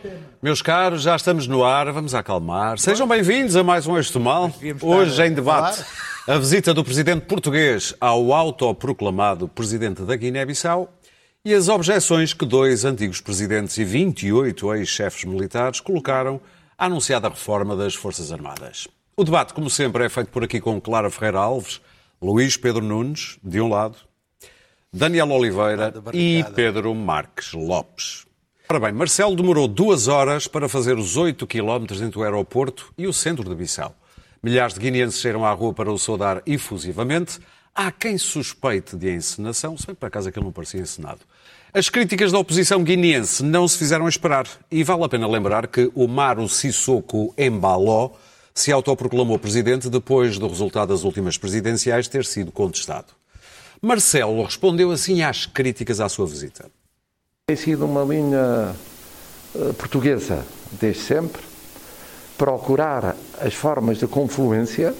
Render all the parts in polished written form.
Meus caros, já estamos no ar, vamos acalmar. Sejam bem-vindos a mais um Eixo do Mal. Hoje em debate, a visita do presidente português ao autoproclamado presidente da Guiné-Bissau e as objeções que 2 antigos presidentes e 28 ex-chefes militares colocaram à anunciada reforma das Forças Armadas. O debate, como sempre, é feito por aqui com Clara Ferreira Alves, Luís Pedro Nunes, de um lado, Daniel Oliveira e Pedro Marques Lopes. Ora bem, Marcelo demorou 2 horas para fazer os 8 quilómetros entre o aeroporto e o centro de Bissau. Milhares de guineenses saíram à rua para o saudar efusivamente. Há quem suspeite de encenação, se bem por acaso aquilo não parecia encenado. As críticas da oposição guineense não se fizeram esperar. E vale a pena lembrar que Umaru Sissoko Embalo se autoproclamou presidente depois do resultado das últimas presidenciais ter sido contestado. Marcelo respondeu assim às críticas à sua visita. Tem sido uma linha portuguesa, desde sempre, procurar as formas de confluência,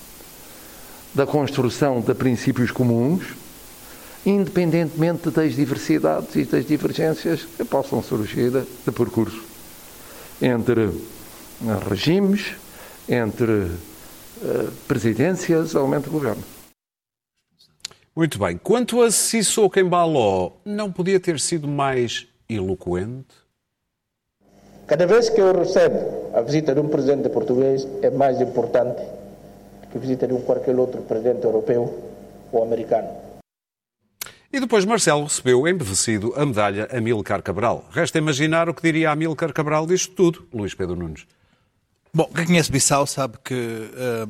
da construção de princípios comuns, independentemente das diversidades e das divergências que possam surgir de percurso entre regimes, entre presidências ou entre governo. Muito bem. Quanto a Sissoko Embalo, não podia ter sido mais eloquente? Cada vez que eu recebo a visita de um presidente português é mais importante que a visita de qualquer outro presidente europeu ou americano. E depois Marcelo recebeu, embevecido, a medalha Amílcar Cabral. Resta imaginar o que diria Amílcar Cabral disto tudo, Luís Pedro Nunes. Bom, quem conhece Bissau sabe que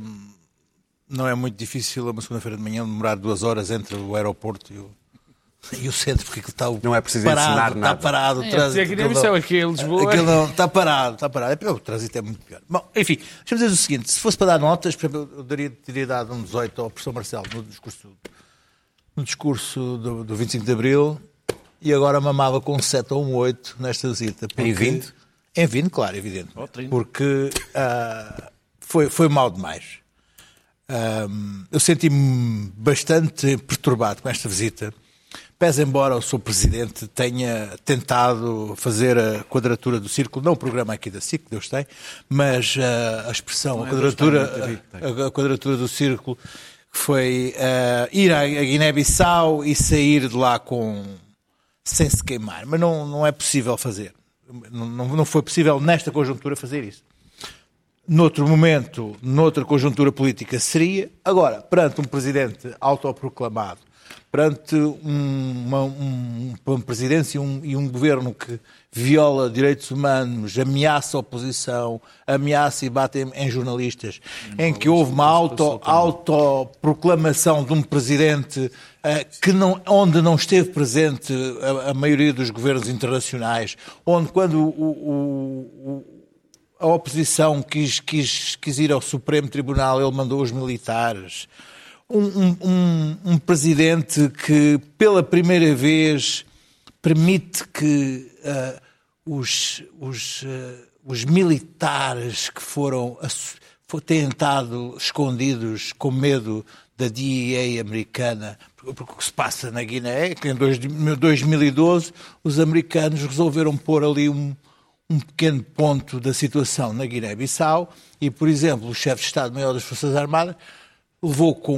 não é muito difícil, uma segunda-feira de manhã, demorar 2 horas entre o aeroporto e o centro, porque aquilo está não é preciso parado, ensinar nada. Está parado. O trânsito, aqui na Bissau, aqui em Lisboa. Aquilo não, está parado. O trânsito é muito pior. Bom, enfim, deixa-me dizer o seguinte, se fosse para dar notas, por exemplo, eu teria dado um 18 ao professor Marcelo no discurso do 25 de Abril e agora mamava com um 7 ou um 8 nesta visita. Em 20? Em 20, claro, evidente. Porque foi mal demais. Eu senti-me bastante perturbado com esta visita, pese embora o Sr. Presidente tenha tentado fazer a quadratura do círculo, não o programa aqui da SIC, Deus tem, mas a expressão, a quadratura do círculo, que foi ir à Guiné-Bissau e sair de lá sem se queimar. Mas não é possível fazer. Não foi possível nesta conjuntura fazer isso. Noutro momento, noutra conjuntura política seria. Agora, perante um presidente autoproclamado, perante uma presidência e um governo que viola direitos humanos, ameaça a oposição, ameaça e bate em jornalistas, em que houve uma autoproclamação de um presidente onde não esteve presente a maioria dos governos internacionais, onde quando a oposição quis ir ao Supremo Tribunal, ele mandou os militares. Um presidente que, pela primeira vez, permite que os militares que têm estado escondidos com medo da DEA americana, porque o que se passa na Guiné é que em 2012 os americanos resolveram pôr ali um pequeno ponto da situação na Guiné-Bissau e, por exemplo, o chefe de Estado-Maior das Forças Armadas levou com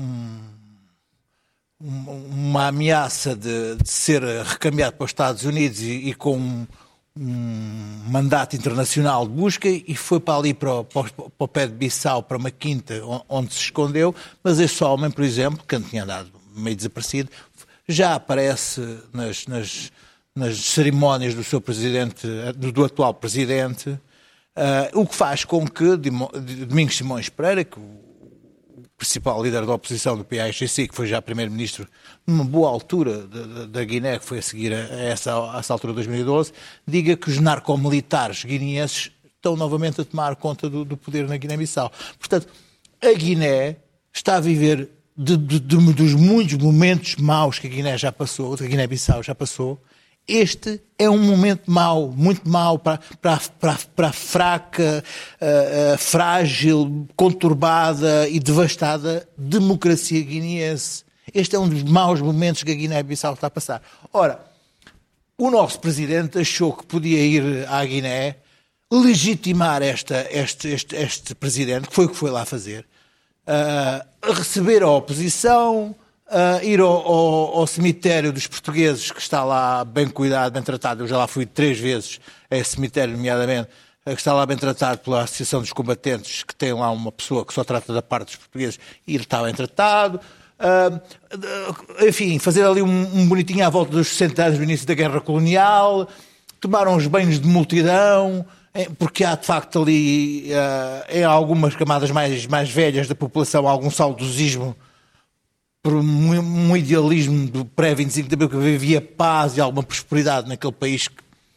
uma ameaça de ser recambiado para os Estados Unidos e com um mandato internacional de busca e foi para ali, para o pé de Bissau, para uma quinta onde se escondeu, mas este homem, por exemplo, que tinha andado meio desaparecido, já aparece nas cerimónias do seu presidente, do atual presidente, o que faz com que Domingos Simões Pereira, que o principal líder da oposição do PAIGC, que foi já primeiro-ministro numa boa altura da Guiné, que foi a seguir a essa altura de 2012, diga que os narcomilitares guineenses estão novamente a tomar conta do poder na Guiné-Bissau. Portanto, a Guiné está a viver dos muitos momentos maus que a Guiné-Bissau já passou. Este é um momento mau, muito mau para a fraca, frágil, conturbada e devastada democracia guineense. Este é um dos maus momentos que a Guiné-Bissau está a passar. Ora, o nosso presidente achou que podia ir à Guiné, legitimar este presidente, que foi o que foi lá fazer, receber a oposição, ir ao cemitério dos portugueses, que está lá bem cuidado, bem tratado. Eu já lá fui 3 vezes a esse cemitério, nomeadamente, que está lá bem tratado pela Associação dos Combatentes, que tem lá uma pessoa que só trata da parte dos portugueses, e ele está bem tratado. Enfim, fazer ali um bonitinho à volta dos 60 anos do início da Guerra Colonial, tomaram os banhos de multidão, porque há de facto ali, em algumas camadas mais velhas da população, algum saudosismo por um idealismo do pré-25 de abril, que havia paz e alguma prosperidade naquele país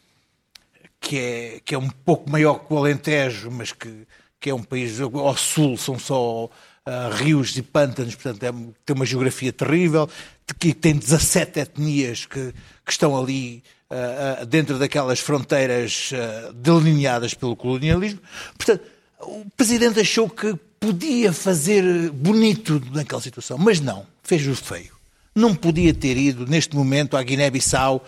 que é um pouco maior que o Alentejo, mas que é um país ao sul, são só rios e pântanos, portanto tem uma geografia terrível, que tem 17 etnias que estão ali dentro daquelas fronteiras delineadas pelo colonialismo. Portanto, o Presidente achou que podia fazer bonito naquela situação, mas não, fez-o feio. Não podia ter ido, neste momento, à Guiné-Bissau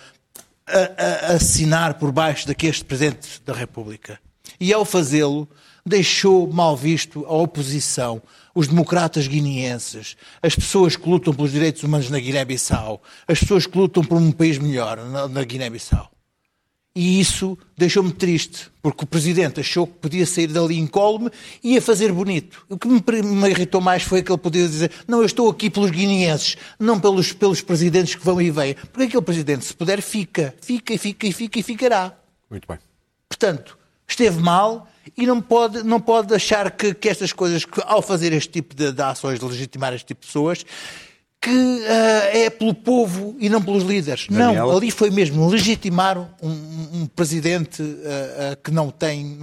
a assinar por baixo daqueste Presidente da República. E ao fazê-lo, deixou mal visto a oposição, os democratas guineenses, as pessoas que lutam pelos direitos humanos na Guiné-Bissau, as pessoas que lutam por um país melhor na Guiné-Bissau. E isso deixou-me triste, porque o Presidente achou que podia sair dali incólume e ia fazer bonito. O que me irritou mais foi que ele podia dizer: não, eu estou aqui pelos guineenses, não pelos presidentes que vão e vêm. Porque aquele Presidente, se puder, fica e ficará. Muito bem. Portanto, esteve mal e não pode achar que estas coisas, que ao fazer este tipo de ações, de legitimar este tipo de pessoas, que é pelo povo e não pelos líderes. Daniel? Não, ali foi mesmo legitimar um presidente que não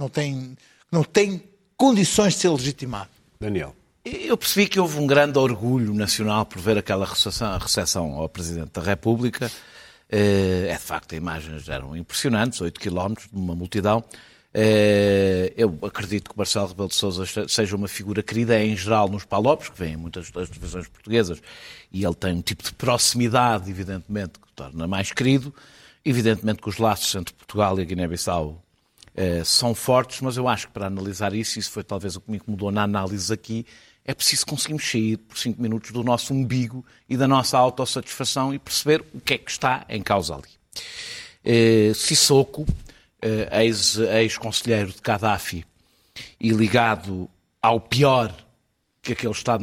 tem condições de ser legitimado. Daniel. Eu percebi que houve um grande orgulho nacional por ver aquela recepção ao Presidente da República. De facto, as imagens eram impressionantes, 8 quilómetros de uma multidão. Eu acredito que Marcelo Rebelo de Sousa seja uma figura querida em geral nos palopes, que vêm em muitas das televisões portuguesas, e ele tem um tipo de proximidade, evidentemente, que o torna mais querido. Evidentemente que os laços entre Portugal e a Guiné-Bissau são fortes, mas eu acho que para analisar isso foi talvez o que me incomodou na análise aqui, é preciso conseguirmos sair por 5 minutos do nosso umbigo e da nossa autossatisfação e perceber o que é que está em causa ali. Sissoko, ex-conselheiro de Gaddafi e ligado ao pior que aquele Estado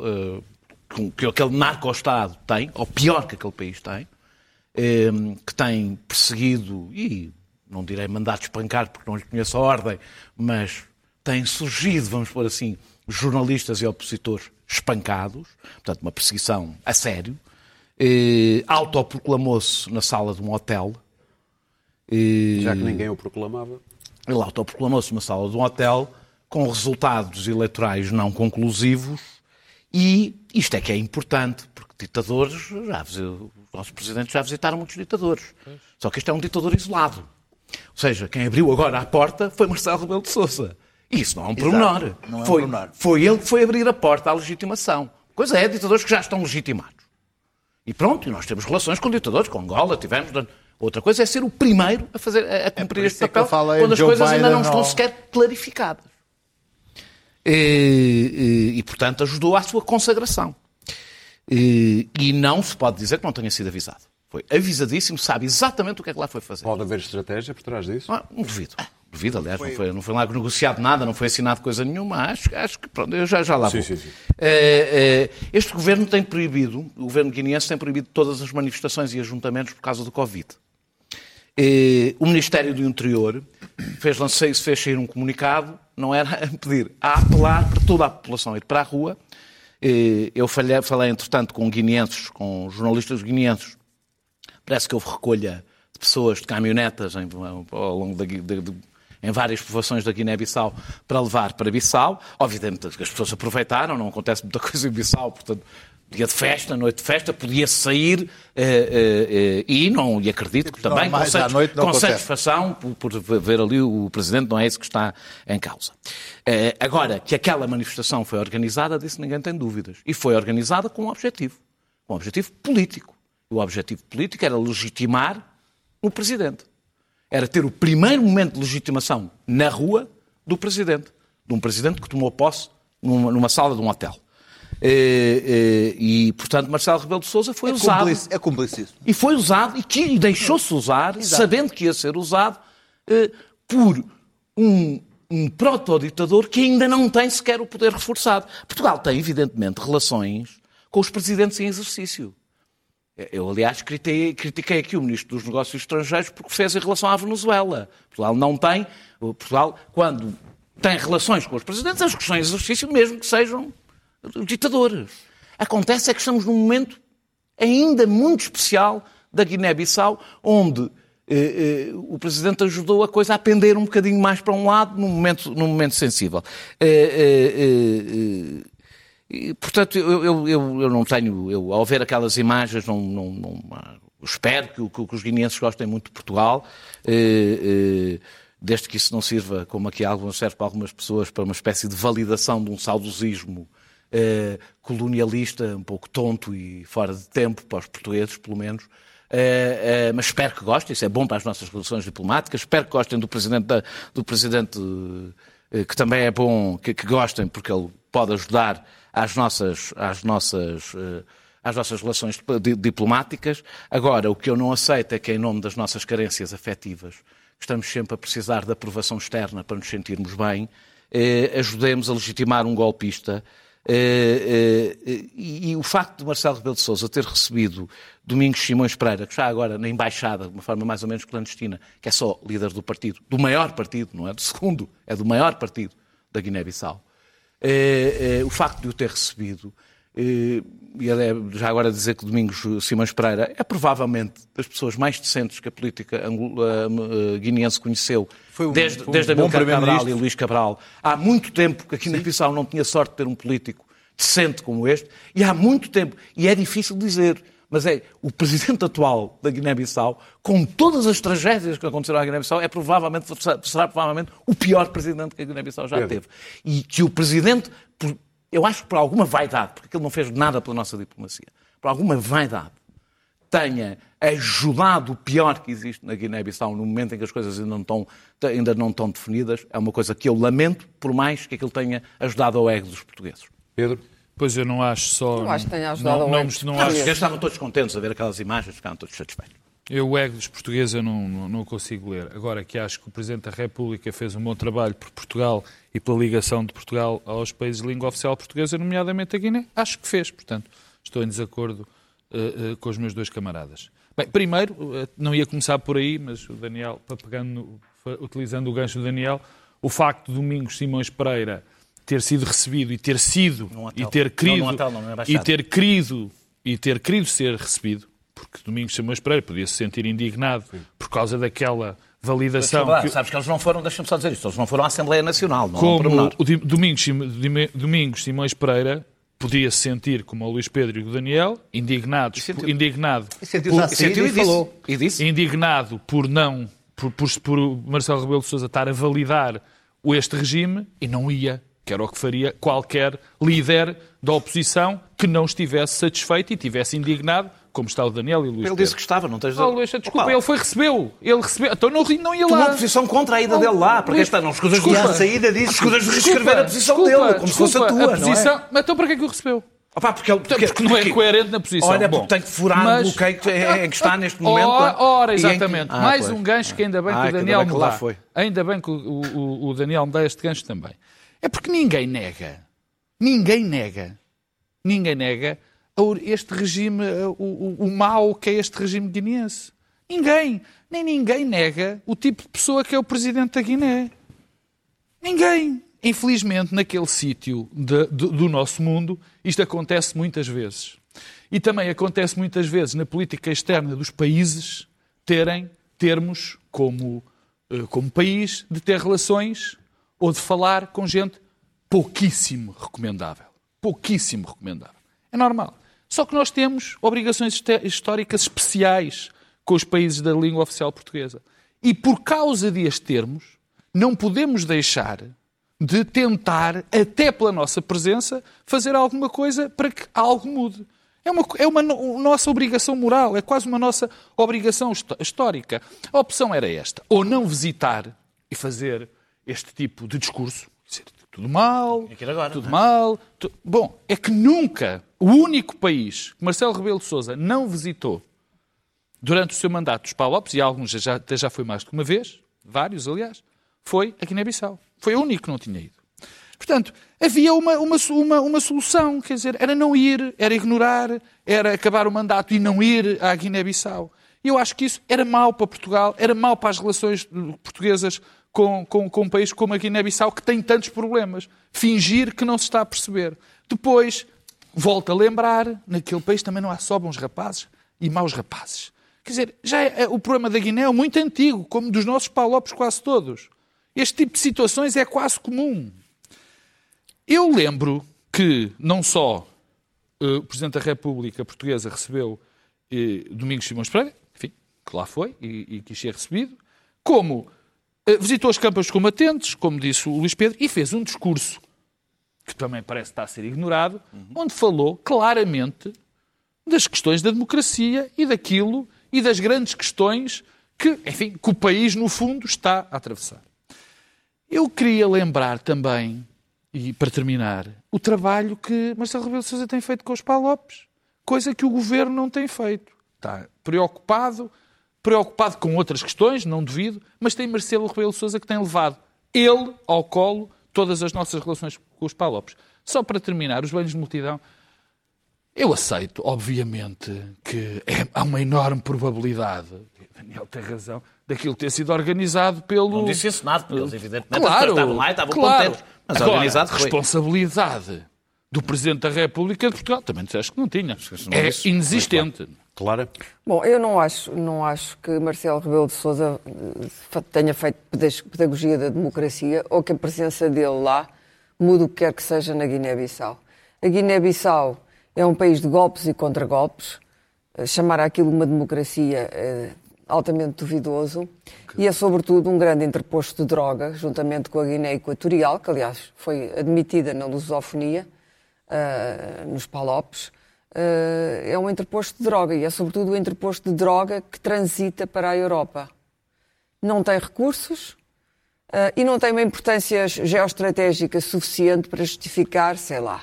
que aquele narco-Estado tem, ao pior que aquele país tem, que tem perseguido e, não direi mandado espancar porque não lhe conheço a ordem, mas tem surgido, vamos pôr assim, jornalistas e opositores espancados, portanto uma perseguição a sério, autoproclamou-se na sala de um hotel. Já que ninguém o proclamava. Ele autoproclamou-se numa sala de um hotel com resultados eleitorais não conclusivos e isto é que é importante, porque ditadores, os nossos presidentes já visitaram muitos ditadores. Só que este é um ditador isolado. Ou seja, quem abriu agora a porta foi Marcelo Rebelo de Sousa. E isso não é um pormenor. Foi ele que foi abrir a porta à legitimação. Coisa é, ditadores que já estão legitimados. E pronto, e nós temos relações com ditadores, com Angola, tivemos... Outra coisa é ser o primeiro a cumprir este papel, quando as coisas ainda não estão sequer clarificadas. E, portanto, ajudou à sua consagração. E não se pode dizer que não tenha sido avisado. Foi avisadíssimo, sabe exatamente o que é que lá foi fazer. Pode haver estratégia por trás disso? Não duvido. Duvido, aliás, não foi lá negociado nada, não foi assinado coisa nenhuma. Acho que, pronto, eu já lá vou. Sim. Este governo tem proibido, o governo guineense tem proibido todas as manifestações e ajuntamentos por causa do Covid. O Ministério do Interior fez sair um comunicado, não era a pedir, a apelar para toda a população ir para a rua. Eu falei, entretanto, com guineenses, com jornalistas guineenses. Parece que houve recolha de pessoas de caminhonetas ao longo em várias povoações da Guiné-Bissau para levar para Bissau. Obviamente que as pessoas aproveitaram, não acontece muita coisa em Bissau, portanto, dia de festa, noite de festa, podia sair e acredito que também com satisfação por ver ali o Presidente, não é isso que está em causa. Agora, que aquela manifestação foi organizada, disso ninguém tem dúvidas. E foi organizada com um objetivo político. O objetivo político era legitimar no Presidente. Era ter o primeiro momento de legitimação na rua do Presidente. De um Presidente que tomou posse numa sala de um hotel. E, portanto, Marcelo Rebelo de Sousa foi usado. É cúmplice. E foi usado, e deixou-se usar, sabendo que ia ser usado, por um proto-ditador que ainda não tem sequer o poder reforçado. Portugal tem, evidentemente, relações com os presidentes em exercício. Eu, aliás, critiquei aqui o Ministro dos Negócios Estrangeiros porque fez em relação à Venezuela. Portugal não tem. Portugal, quando tem relações com os presidentes, as que estão em exercício, mesmo que sejam ditadores. Acontece é que estamos num momento ainda muito especial da Guiné-Bissau, onde o Presidente ajudou a coisa a pender um bocadinho mais para um lado num momento sensível. Portanto, eu não tenho... ao ver aquelas imagens, espero que os guineenses gostem muito de Portugal, desde que isso não sirva, como aqui serve para algumas pessoas, para uma espécie de validação de um saudosismo colonialista, um pouco tonto e fora de tempo, para os portugueses, pelo menos. Mas espero que gostem, isso é bom para as nossas relações diplomáticas, espero que gostem do Presidente, que também é bom que gostem, porque ele pode ajudar às nossas relações diplomáticas. Agora, o que eu não aceito é que, em nome das nossas carências afetivas, estamos sempre a precisar de aprovação externa para nos sentirmos bem, ajudemos a legitimar um golpista. E o facto de Marcelo Rebelo de Sousa ter recebido Domingos Simões Pereira, que já agora na embaixada, de uma forma mais ou menos clandestina, que é só líder do partido, do maior partido, não é do segundo, é do maior partido da Guiné-Bissau, o facto de o ter recebido, e já agora dizer que Domingos Simões Pereira é provavelmente das pessoas mais decentes que a política guineense conheceu, desde Amílcar Cabral e Luís Cabral. Há muito tempo que a Guiné-Bissau não tinha sorte de ter um político decente como este, e há muito tempo, e é difícil dizer, mas é o presidente atual da Guiné-Bissau, com todas as tragédias que aconteceram à Guiné-Bissau, será provavelmente o pior presidente que a Guiné-Bissau já teve. E que o presidente... Eu acho que por alguma vaidade, porque ele não fez nada pela nossa diplomacia, por alguma vaidade, tenha ajudado o pior que existe na Guiné-Bissau no momento em que as coisas ainda não estão definidas, é uma coisa que eu lamento, por mais que aquilo tenha ajudado ao ego dos portugueses. Pedro? Pois eu não acho só... Não acho que tenha ajudado ao ego dos portugueses. Eles estavam todos contentes a ver aquelas imagens, ficaram todos satisfeitos. O ego dos portugueses eu não consigo ler. Agora que acho que o Presidente da República fez um bom trabalho por Portugal e pela ligação de Portugal aos países de língua oficial portuguesa, nomeadamente a Guiné, acho que fez. Portanto, estou em desacordo com os meus dois camaradas. Bem, primeiro, não ia começar por aí, mas o Daniel, utilizando o gancho do Daniel, o facto de Domingos Simões Pereira ter sido recebido e ter sido e ter querido ser recebido, porque Domingos Simões Pereira podia se sentir indignado por causa daquela validação... Sabes que eles não foram, deixa-me só dizer isto, eles não foram à Assembleia Nacional, não como o Domingos Simões Pereira podia se sentir, como o Luís Pedro e o Daniel, indignado por Marcelo Rebelo de Sousa estar a validar este regime, e não ia, que era o que faria qualquer líder da oposição que não estivesse satisfeito e estivesse indignado, como está o Daniel e o Luís Pedro. Ele disse que estava, não tens... Luís, desculpa, ele recebeu, então não ia lá. Tomou posição contra a ida dele lá, porque esta não, escusas de reescrever a posição dele, como se fosse a tua, não é? Mas então para que é que o recebeu? Porque não é coerente na posição. Olha, porque tem que furar o bloqueio em que está neste momento. Ora, exatamente. Mais um gancho que ainda bem que o Daniel me dá. Ainda bem que o Daniel me dá este gancho também. É porque ninguém nega este regime, o mau que é este regime guineense. Ninguém nega o tipo de pessoa que é o presidente da Guiné. Ninguém. Infelizmente, naquele sítio do nosso mundo, isto acontece muitas vezes. E também acontece muitas vezes na política externa dos países termos como país de ter relações ou de falar com gente pouquíssimo recomendável. Pouquíssimo recomendável. É normal. Só que nós temos obrigações históricas especiais com os países da língua oficial portuguesa. E por causa de as termos, não podemos deixar de tentar, até pela nossa presença, fazer alguma coisa para que algo mude. É uma nossa obrigação moral, é quase uma nossa obrigação histórica. A opção era esta, ou não visitar e fazer este tipo de discurso, dizer tudo mal, tudo mal. Bom, é que nunca, o único país que Marcelo Rebelo de Sousa não visitou durante o seu mandato dos Palopes, e alguns até já foi mais de uma vez, vários aliás, foi a Guiné-Bissau. Foi o único que não tinha ido. Portanto, havia uma solução, quer dizer, era não ir, era ignorar, era acabar o mandato e não ir à Guiné-Bissau. E eu acho que isso era mau para Portugal, era mau para as relações portuguesas com um país como a Guiné-Bissau, que tem tantos problemas. Fingir que não se está a perceber. Depois, volto a lembrar, naquele país também não há só bons rapazes e maus rapazes. Quer dizer, o problema da Guiné é muito antigo, como dos nossos Palopes quase todos. Este tipo de situações é quase comum. Eu lembro que não só o Presidente da República Portuguesa recebeu Domingos Simões Pereira, enfim, que lá foi e quis ser recebido, como visitou as campas dos combatentes, como disse o Luís Pedro, e fez um discurso, que também parece estar a ser ignorado, onde falou claramente das questões da democracia e daquilo e das grandes questões que o país, no fundo, está a atravessar. Eu queria lembrar também, e para terminar, o trabalho que Marcelo Rebelo de Sousa tem feito com os Palopes, coisa que o Governo não tem feito. Está preocupado com outras questões, não duvido, mas tem Marcelo Rebelo de Sousa que tem levado ele ao colo todas as nossas relações com os Palopes. Só para terminar, os banhos de multidão, eu aceito, obviamente, que há uma enorme probabilidade, Daniel tem razão, daquilo ter sido organizado pelo... Não disse isso nada, porque eles evidentemente estavam lá e estavam contentes. Mas agora, organizado foi. Responsabilidade do Presidente da República de Portugal, também disseste que não tinha. É inexistente. Clara? Bom, eu não acho que Marcelo Rebelo de Sousa tenha feito pedagogia da democracia ou que a presença dele lá mude o que quer que seja na Guiné-Bissau. A Guiné-Bissau é um país de golpes e contragolpes. Chamar aquilo uma democracia é altamente duvidoso. E é, sobretudo, um grande interposto de droga, juntamente com a Guiné Equatorial, que, aliás, foi admitida na lusofonia, nos Palopes. É um interposto de droga e é, sobretudo, um interposto de droga que transita para a Europa. Não tem recursos e não tem uma importância geoestratégica suficiente para justificar, sei lá,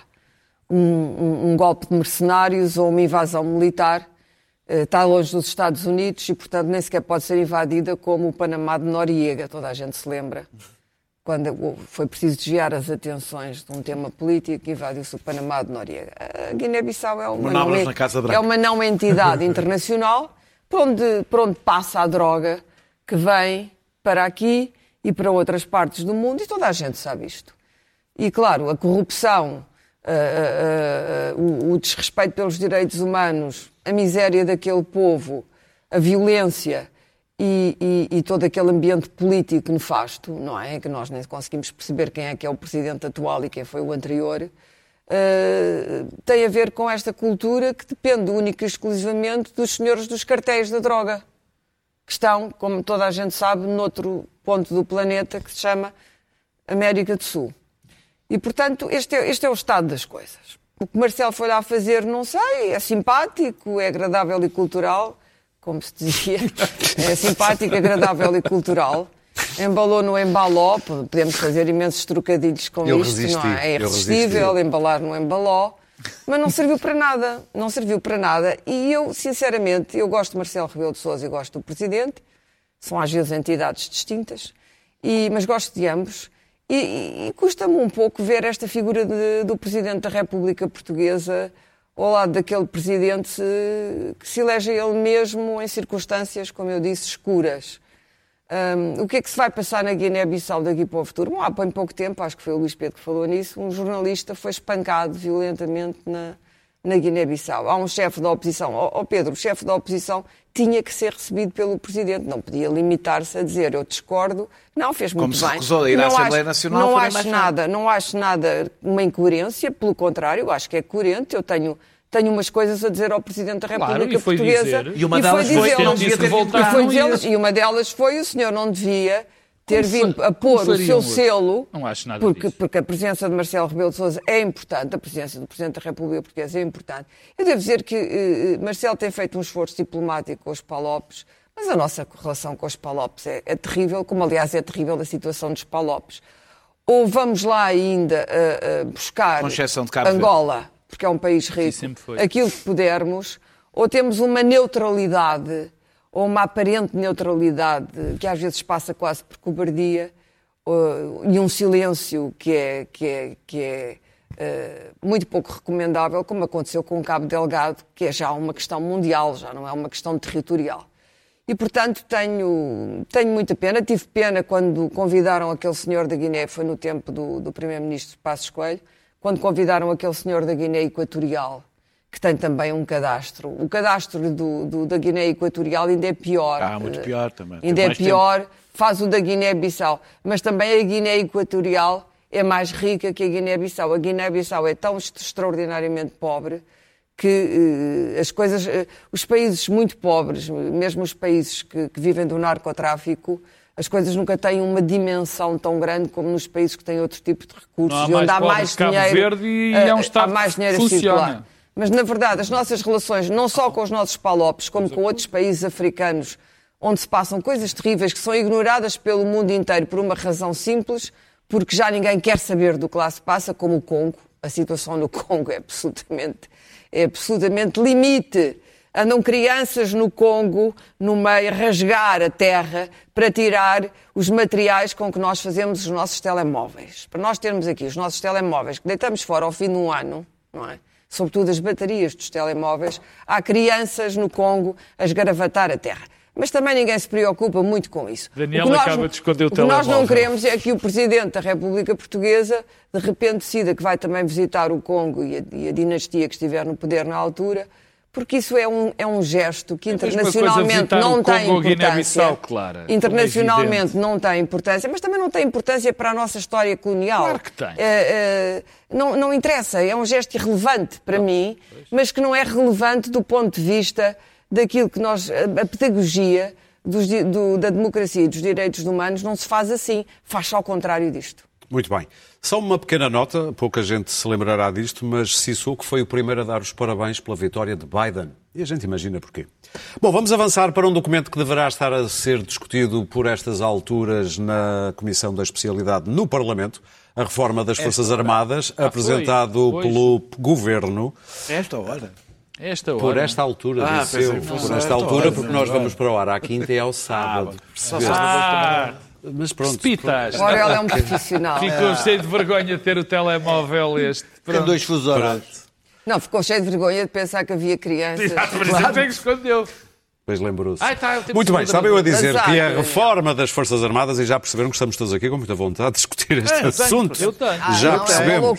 um golpe de mercenários ou uma invasão militar. Está longe dos Estados Unidos e, portanto, nem sequer pode ser invadida como o Panamá de Noriega. Toda a gente se lembra. Quando foi preciso desviar as atenções de um tema político, invadiu-se o Panamá de Noriega. A Guiné-Bissau é uma não entidade internacional por onde passa a droga que vem para aqui e para outras partes do mundo, e toda a gente sabe isto. E, claro, a corrupção, o desrespeito pelos direitos humanos, a miséria daquele povo, a violência e todo aquele ambiente político nefasto, não é? Que nós nem conseguimos perceber quem é que é o presidente atual e quem foi o anterior, tem a ver com esta cultura que depende única e exclusivamente dos senhores dos cartéis da droga, que estão, como toda a gente sabe, noutro ponto do planeta que se chama América do Sul. E, portanto, este é o estado das coisas. O que Marcelo foi lá fazer, não sei, é simpático, é agradável e cultural, como se dizia, é simpático, agradável e cultural. Embalou no embaló, podemos fazer imensos trocadilhos com isto, não é? É irresistível, embalar no embaló, mas não serviu para nada, não serviu para nada. E eu, sinceramente, eu gosto de Marcelo Rebelo de Sousa e gosto do Presidente, são às vezes entidades distintas, mas gosto de ambos. E custa-me um pouco ver esta figura do Presidente da República Portuguesa ao lado daquele Presidente que se elege ele mesmo em circunstâncias, como eu disse, escuras. O que é que se vai passar na Guiné-Bissau daqui para o futuro? Bom, há bem pouco tempo, acho que foi o Luís Pedro que falou nisso, um jornalista foi espancado violentamente na Guiné-Bissau. Há um chefe da oposição. Pedro, o chefe da oposição tinha que ser recebido pelo Presidente. Não podia limitar-se a dizer eu discordo. Não, fez muito bem. Como se recusou a ir à Assembleia Nacional. Não acho nada uma incoerência. Pelo contrário, eu acho que é coerente. Eu tenho umas coisas a dizer ao Presidente da República Portuguesa. E uma delas foi que não devia ter voltado. E uma delas foi o senhor não devia ter vindo a pôr o seu selo, não acho nada porque a presença de Marcelo Rebelo de Sousa é importante, a presença do Presidente da República Portuguesa é importante. Eu devo dizer que Marcelo tem feito um esforço diplomático com os PALOPs, mas a nossa relação com os PALOPs é terrível, como aliás é terrível a situação dos PALOPs. Ou vamos lá ainda buscar Angola, porque é um país rico, aquilo que pudermos, ou temos uma neutralidade, ou uma aparente neutralidade, que às vezes passa quase por cobardia, e um silêncio que é muito pouco recomendável, como aconteceu com o Cabo Delgado, que é já uma questão mundial, já não é uma questão territorial. E, portanto, tenho muita pena. Tive pena quando convidaram aquele senhor da Guiné, foi no tempo do Primeiro-Ministro Passos Coelho, quando convidaram aquele senhor da Guiné Equatorial, que tem também um cadastro. O cadastro da Guiné Equatorial ainda é pior. Muito pior também. Ainda é pior, faz o da Guiné-Bissau. Mas também a Guiné Equatorial é mais rica que a Guiné-Bissau. A Guiné-Bissau é tão extraordinariamente pobre que os países muito pobres, mesmo os países que vivem do narcotráfico, as coisas nunca têm uma dimensão tão grande como nos países que têm outro tipo de recursos. Não há onde há mais dinheiro, Verde e é um Estado há mais dinheiro funciona. A circular. Mas, na verdade, as nossas relações, não só com os nossos PALOPs, como com outros países africanos, onde se passam coisas terríveis que são ignoradas pelo mundo inteiro por uma razão simples, porque já ninguém quer saber do que lá se passa, como o Congo. A situação no Congo é absolutamente limite. Andam crianças no Congo, no meio, a rasgar a terra para tirar os materiais com que nós fazemos os nossos telemóveis. Para nós termos aqui os nossos telemóveis, que deitamos fora ao fim de um ano, não é? Sobretudo as baterias dos telemóveis, há crianças no Congo a esgaravatar a terra. Mas também ninguém se preocupa muito com isso. Daniel acaba de esconder o telemóvel. O que nós não queremos é que o Presidente da República Portuguesa de repente decida que vai também visitar o Congo e a dinastia que estiver no poder na altura, porque isso é um gesto que internacionalmente não tem importância. Clara, internacionalmente não tem importância, mas também não tem importância para a nossa história colonial. Claro que tem. Não interessa, é um gesto irrelevante para mim, mas que não é relevante do ponto de vista daquilo que a pedagogia da democracia e dos direitos humanos não se faz assim, faz-se ao contrário disto. Muito bem. Só uma pequena nota, pouca gente se lembrará disto, mas Sissoko foi o primeiro a dar os parabéns pela vitória de Biden. E a gente imagina porquê. Bom, vamos avançar para um documento que deverá estar a ser discutido por estas alturas na Comissão da Especialidade no Parlamento, a reforma das Forças Armadas, apresentado pelo Governo. Esta hora. Por esta altura, disse eu. Por esta altura, porque nós vamos para o ar à quinta e ao sábado. Mas pronto. O Aurélio é um profissional. Ficou cheio de vergonha de ter o telemóvel este. Tem 2 fusos horários. Não, ficou cheio de vergonha de pensar que havia crianças. Por isso é que escondeu. Depois lembrou-se. Muito bem, estava eu a dizer que a reforma das Forças Armadas, e já perceberam que estamos todos aqui com muita vontade de discutir este assunto. Eu tenho. Já percebemos.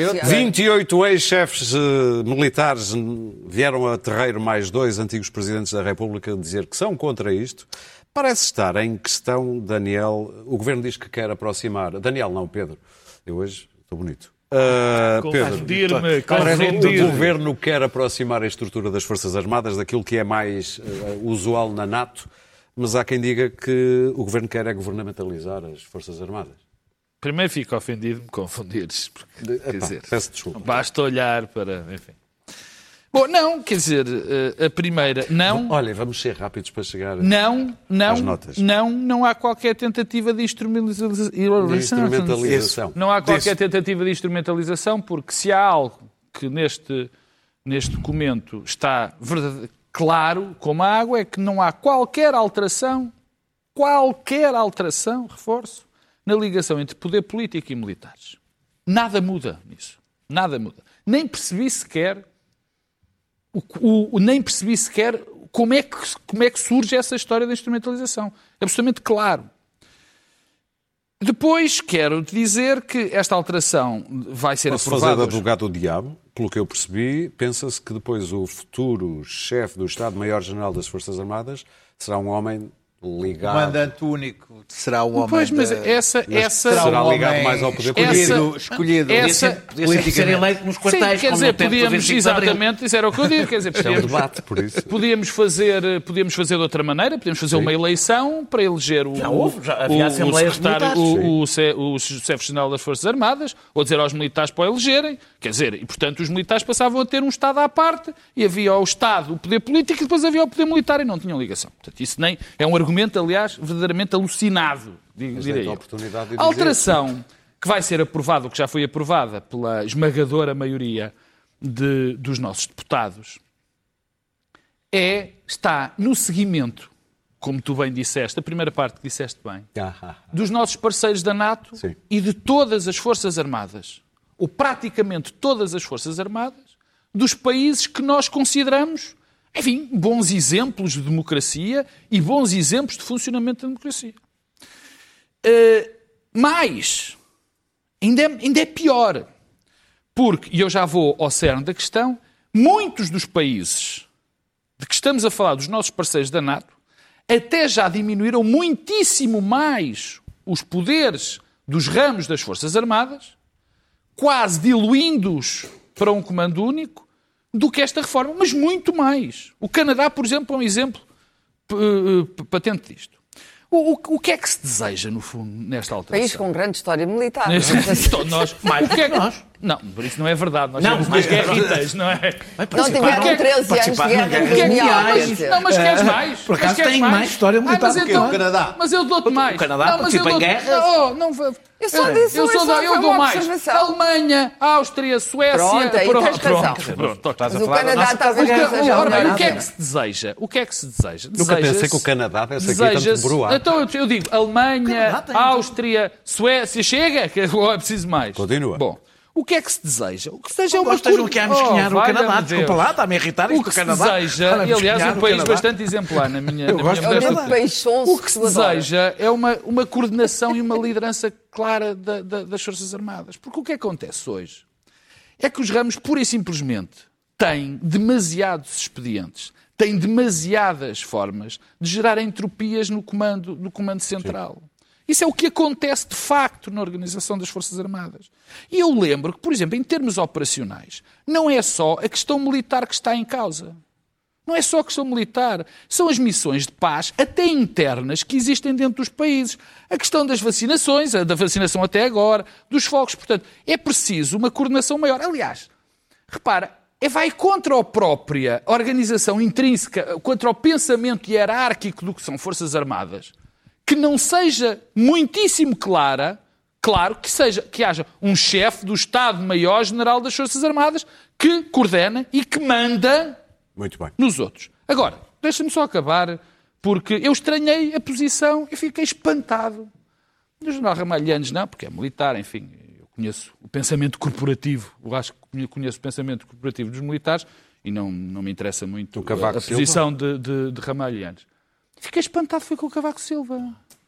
28 ex-chefes militares vieram a terreiro, mais 2 antigos presidentes da República, dizer que são contra isto. Parece estar em questão, Daniel, o Governo diz que quer aproximar. Daniel, não, Pedro. Eu hoje estou bonito. Pedro, parece que o Governo quer aproximar a estrutura das Forças Armadas daquilo que é mais usual na NATO, mas há quem diga que o Governo quer governamentalizar as Forças Armadas. Primeiro fico ofendido de me confundires. Porque, quer dizer, peço desculpa. Basta olhar para... Enfim. Bom, não, quer dizer, a primeira, não... Olha, vamos ser rápidos para chegar às notas. Não há qualquer tentativa de instrumentalização. Não há qualquer tentativa de instrumentalização, porque se há algo que neste documento está claro como a água, é que não há qualquer alteração, reforço, na ligação entre poder político e militares. Nada muda nisso. Nada muda. Nem percebi sequer como é que surge essa história da instrumentalização. É absolutamente claro. Depois, quero dizer que esta alteração vai ser aprovada... Posso fazer de advogado do diabo? Pelo que eu percebi, pensa-se que depois o futuro chefe do Estado-Maior-General das Forças Armadas será um homem ligado... Comandante único Será o homem. Pois, mas será ligado mais ao poder político. Escolhido. Podia ser eleito nos quartéis. Sim, quer dizer, podíamos, exatamente, isso era o que eu digo, quer dizer, É um debate, por isso. podíamos fazer de outra maneira, podíamos fazer uma eleição para eleger o chefe-geral das Forças Armadas, ou dizer aos militares para o elegerem, quer dizer, e portanto os militares passavam a ter um Estado à parte, e havia o Estado, o poder político, e depois havia o poder militar e não tinham ligação. Portanto, isso nem é um argumento, aliás, verdadeiramente alucinado, direi eu. A alteração que vai ser aprovada, ou que já foi aprovada pela esmagadora maioria dos nossos deputados, está no seguimento, como tu bem disseste, a primeira parte que disseste bem, dos nossos parceiros da NATO. Sim. E de todas as Forças Armadas, ou praticamente todas as Forças Armadas, dos países que nós consideramos, enfim, bons exemplos de democracia e bons exemplos de funcionamento da democracia. Mas, ainda é pior, porque, e eu já vou ao cerne da questão, muitos dos países de que estamos a falar, dos nossos parceiros da NATO, até já diminuíram muitíssimo mais os poderes dos ramos das Forças Armadas, quase diluindo-os para um comando único, do que esta reforma, mas muito mais. O Canadá, por exemplo, é um exemplo patente disto. O que é que se deseja, no fundo, nesta alteração? País com grande história militar. Nós, mais do que nós. Não, por isso não é verdade. Nós temos umas guerritas, não é? Não tiveram 13 anos de guerra mundial. Não, mas queres mais? Por acaso tem mais história militar do que o Canadá. Mas eu dou-te mais. O Canadá participa em guerras? Eu só disse eu dou mais. Alemanha, Áustria, Suécia... Pronto, aí tens razão. Mas o Canadá talvez seja o melhor. O que é que se deseja? O que é que se deseja? Nunca pensei que o Canadá desse aqui tanto broado. Então eu digo, Alemanha, Áustria, Suécia, chega? Que é preciso mais. Continua. Bom, o que é que se deseja? O que se deseja é uma Gostam que há mesquinhar o Canadá. Desculpa lá, está-me a irritar isto do Canadá. O que se deseja, e aliás um país bastante exemplar na minha o que se deseja é uma coordenação e uma liderança clara das Forças Armadas. Porque o que acontece hoje é que os ramos, pura e simplesmente, têm demasiados expedientes, têm demasiadas formas de gerar entropias no comando central. Sim. Isso é o que acontece, de facto, na organização das Forças Armadas. E eu lembro que, por exemplo, em termos operacionais, não é só a questão militar que está em causa. Não é só a questão militar. São as missões de paz, até internas, que existem dentro dos países. A questão das vacinações, a da vacinação até agora, dos focos. Portanto, é preciso uma coordenação maior. Aliás, repara, vai contra a própria organização intrínseca, contra o pensamento hierárquico do que são Forças Armadas, que não seja muitíssimo claro que haja um chefe do Estado-Maior-General das Forças Armadas que coordena e que manda muito bem nos outros. Agora, deixa-me só acabar, porque eu estranhei a posição e fiquei espantado. O general Ramalhianes não, porque é militar, enfim, eu conheço o pensamento corporativo, eu acho que conheço o pensamento corporativo dos militares e não me interessa muito a posição de Ramalhianes. Fiquei espantado, foi com o Cavaco Silva.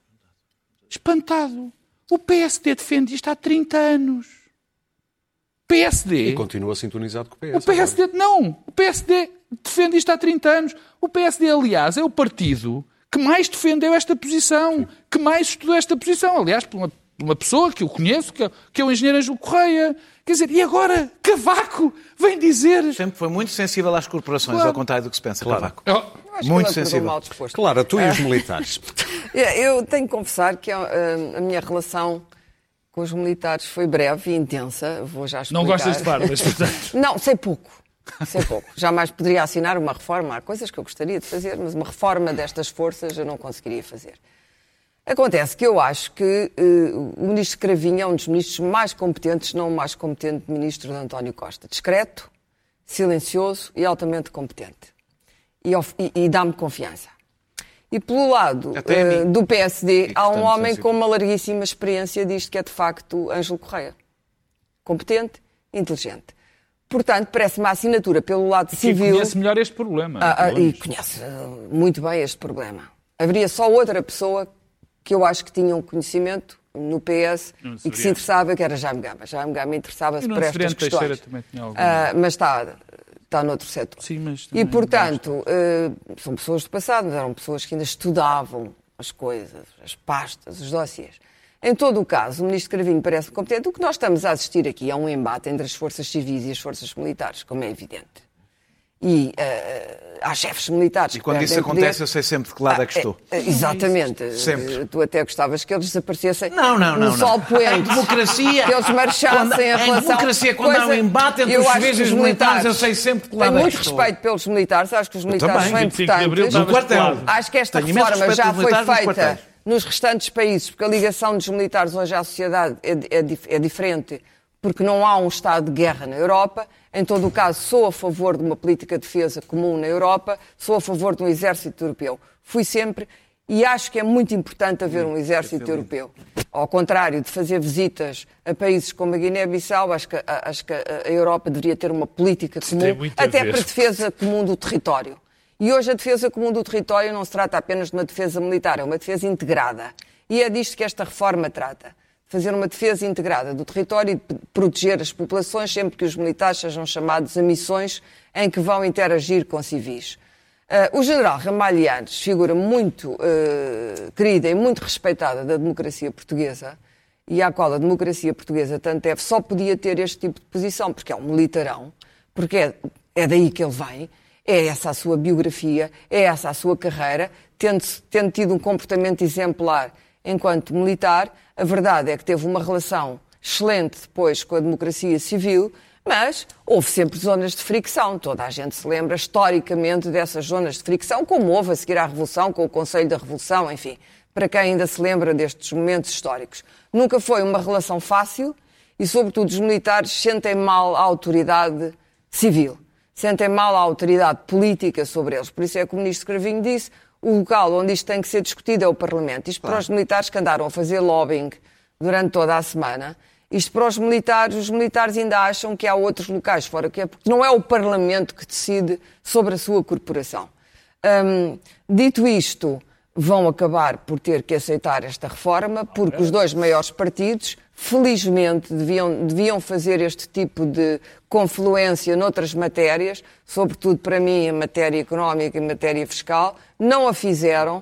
Espantado. O PSD defende isto há 30 anos. PSD... E continua sintonizado com o PS. O PSD... Não. O PSD defende isto há 30 anos. O PSD, aliás, é o partido que mais defendeu esta posição, sim, que mais estudou esta posição. Aliás, por uma pessoa que eu conheço, que é o engenheiro Ângelo Correia. Quer dizer, e agora Cavaco vem dizer... Sempre foi muito sensível às corporações, ao contrário do que se pensa, claro. Cavaco. Muito sensível. Claro, tu e os militares. Eu tenho que confessar que a minha relação com os militares foi breve e intensa. Vou já explicar. Não gostas de fardas, portanto? Não, sei pouco. Jamais poderia assinar uma reforma. Há coisas que eu gostaria de fazer, mas uma reforma destas forças eu não conseguiria fazer. Acontece que eu acho que o ministro Cravinho é um dos ministros mais competentes, não o mais competente ministro de António Costa. Discreto, silencioso e altamente competente. E dá-me confiança. E pelo lado do PSD, há um homem com uma larguíssima experiência disto, que é de facto Ângelo Correia. Competente, inteligente. Portanto, parece-me a assinatura pelo lado civil... E conhece melhor este problema. E conhece muito bem este problema. Haveria só outra pessoa que eu acho que tinha um conhecimento no PS e que se interessava, que era Jaime Gama. Jaime Gama interessava-se por estas questões. Mas está noutro setor. Sim, mas e, portanto, são pessoas do passado, mas eram pessoas que ainda estudavam as coisas, as pastas, os dossiês. Em todo o caso, o ministro Cravinho parece competente. O que nós estamos a assistir aqui é um embate entre as forças civis e as forças militares, como é evidente. E há chefes militares e quando isso acontece, eu sei sempre de que lado é que estou. Exatamente. Sempre. Tu até gostavas que eles desaparecessem não, no sol poente. Em democracia, que eles marchassem a relação... Em democracia, quando há um embate entre os civis e os militares, eu sei sempre de que lado é que estou. Tenho muito respeito pelos militares, acho que os militares são importantes. No quartel. Acho que esta reforma já foi feita nos restantes países, porque a ligação dos militares hoje à sociedade é diferente, porque não há um estado de guerra na Europa. Em todo o caso, sou a favor de uma política de defesa comum na Europa, sou a favor de um exército europeu. Fui sempre e acho que é muito importante haver um exército europeu. Ao contrário de fazer visitas a países como a Guiné-Bissau, acho que a Europa deveria ter uma política comum, até para a defesa comum do território. E hoje a defesa comum do território não se trata apenas de uma defesa militar, é uma defesa integrada. E é disto que esta reforma trata. Fazer uma defesa integrada do território e de proteger as populações sempre que os militares sejam chamados a missões em que vão interagir com civis. O general Ramalhianes, figura muito querida e muito respeitada da democracia portuguesa, e à qual a democracia portuguesa tanto deve, só podia ter este tipo de posição, porque é um militarão, porque é daí que ele vem, é essa a sua biografia, é essa a sua carreira, tendo tido um comportamento exemplar enquanto militar. A verdade é que teve uma relação excelente depois com a democracia civil, mas houve sempre zonas de fricção. Toda a gente se lembra historicamente dessas zonas de fricção, como houve a seguir à Revolução, com o Conselho da Revolução, enfim, para quem ainda se lembra destes momentos históricos. Nunca foi uma relação fácil e, sobretudo, os militares sentem mal a autoridade civil, sentem mal a autoridade política sobre eles. Por isso é que o ministro Cravinho disse: o local onde isto tem que ser discutido é o Parlamento. Isto para os militares que andaram a fazer lobbying durante toda a semana. Isto para os militares ainda acham que há outros locais fora, porque não é o Parlamento que decide sobre a sua corporação. Dito isto, vão acabar por ter que aceitar esta reforma, porque os dois maiores partidos, felizmente, deviam fazer este tipo de confluência noutras matérias, sobretudo para mim em matéria económica e matéria fiscal. Não a fizeram,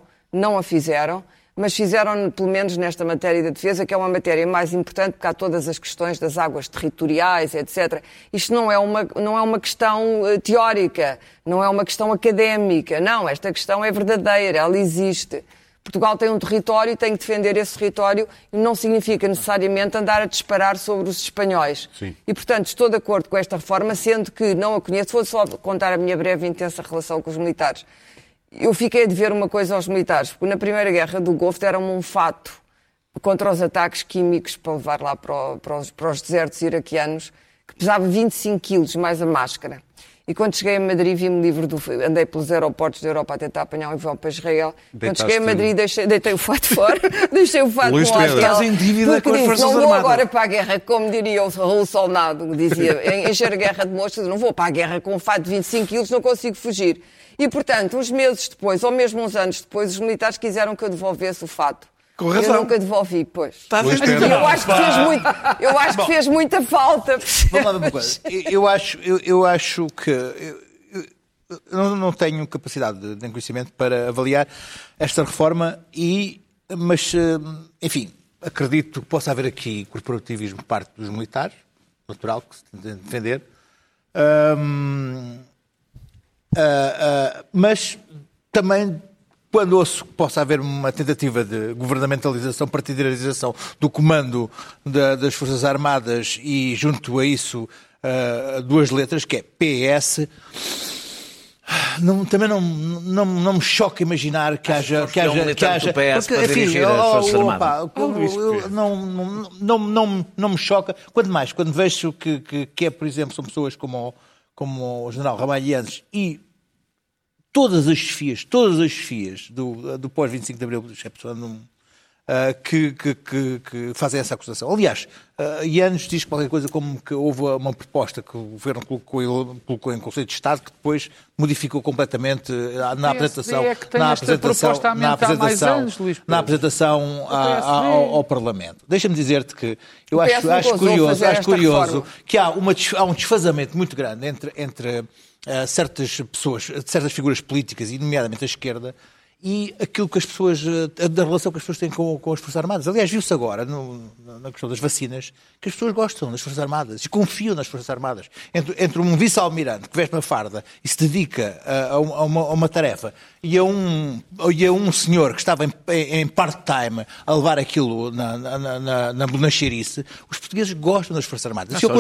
mas fizeram pelo menos nesta matéria da defesa, que é uma matéria mais importante, porque há todas as questões das águas territoriais, etc. Isto não é uma questão teórica, não é uma questão académica, não, esta questão é verdadeira, ela existe. Portugal tem um território e tem que defender esse território, e não significa necessariamente andar a disparar sobre os espanhóis. Sim. E, portanto, estou de acordo com esta reforma, sendo que não a conheço. Vou só contar a minha breve e intensa relação com os militares. Eu fiquei a dever uma coisa aos militares, porque na Primeira Guerra do Golfo deram-me um fato contra os ataques químicos para levar lá para os desertos iraquianos, que pesava 25 quilos, mais a máscara. E quando cheguei a Madrid, vi-me livre andei pelos aeroportos da Europa a tentar apanhar um avião para Israel. Quando cheguei a Madrid, deitei o fato fora, deixei o fato no hotel. Estás em dívida com as Forças Armadas. Não vou agora para a guerra, como diria o Raul Solnado, que dizia, encher a guerra de mostras, não vou para a guerra com um fato de 25 quilos, não consigo fugir. E, portanto, uns meses depois, ou mesmo uns anos depois, os militares quiseram que eu devolvesse o fato. Com razão. Eu nunca devolvi, pois. Eu acho que fez muita falta. Vamos lá ver uma coisa. Eu acho que... Eu não tenho capacidade de conhecimento para avaliar esta reforma, mas, enfim, acredito que possa haver aqui corporativismo por parte dos militares, natural, que se tem de defender. Mas também, quando ouço que possa haver uma tentativa de governamentalização, partidarização do comando das Forças Armadas e, junto a isso, duas letras, que é PS, também não me choca imaginar que haja... Porque, enfim, não me choca, quanto mais, quando vejo que é, por exemplo, são pessoas como o general Ramalhianes e todas as chefias do pós-25 de Abril, exceptuando que fazem essa acusação. Aliás, Yanes diz qualquer coisa como que houve uma proposta que o governo colocou em Conselho de Estado que depois modificou completamente na apresentação ao Parlamento. Deixa-me dizer-te que eu acho curioso que há um desfazamento muito grande entre certas pessoas, certas figuras políticas, e nomeadamente a esquerda, e aquilo que as pessoas, da relação que as pessoas têm com as Forças Armadas. Aliás, viu-se agora, na questão das vacinas, que as pessoas gostam das Forças Armadas e confiam nas Forças Armadas. Entre um vice-almirante que veste uma farda e se dedica a uma tarefa e a um senhor que estava em part-time a levar aquilo na bonacheirice, os portugueses gostam das Forças Armadas. E ao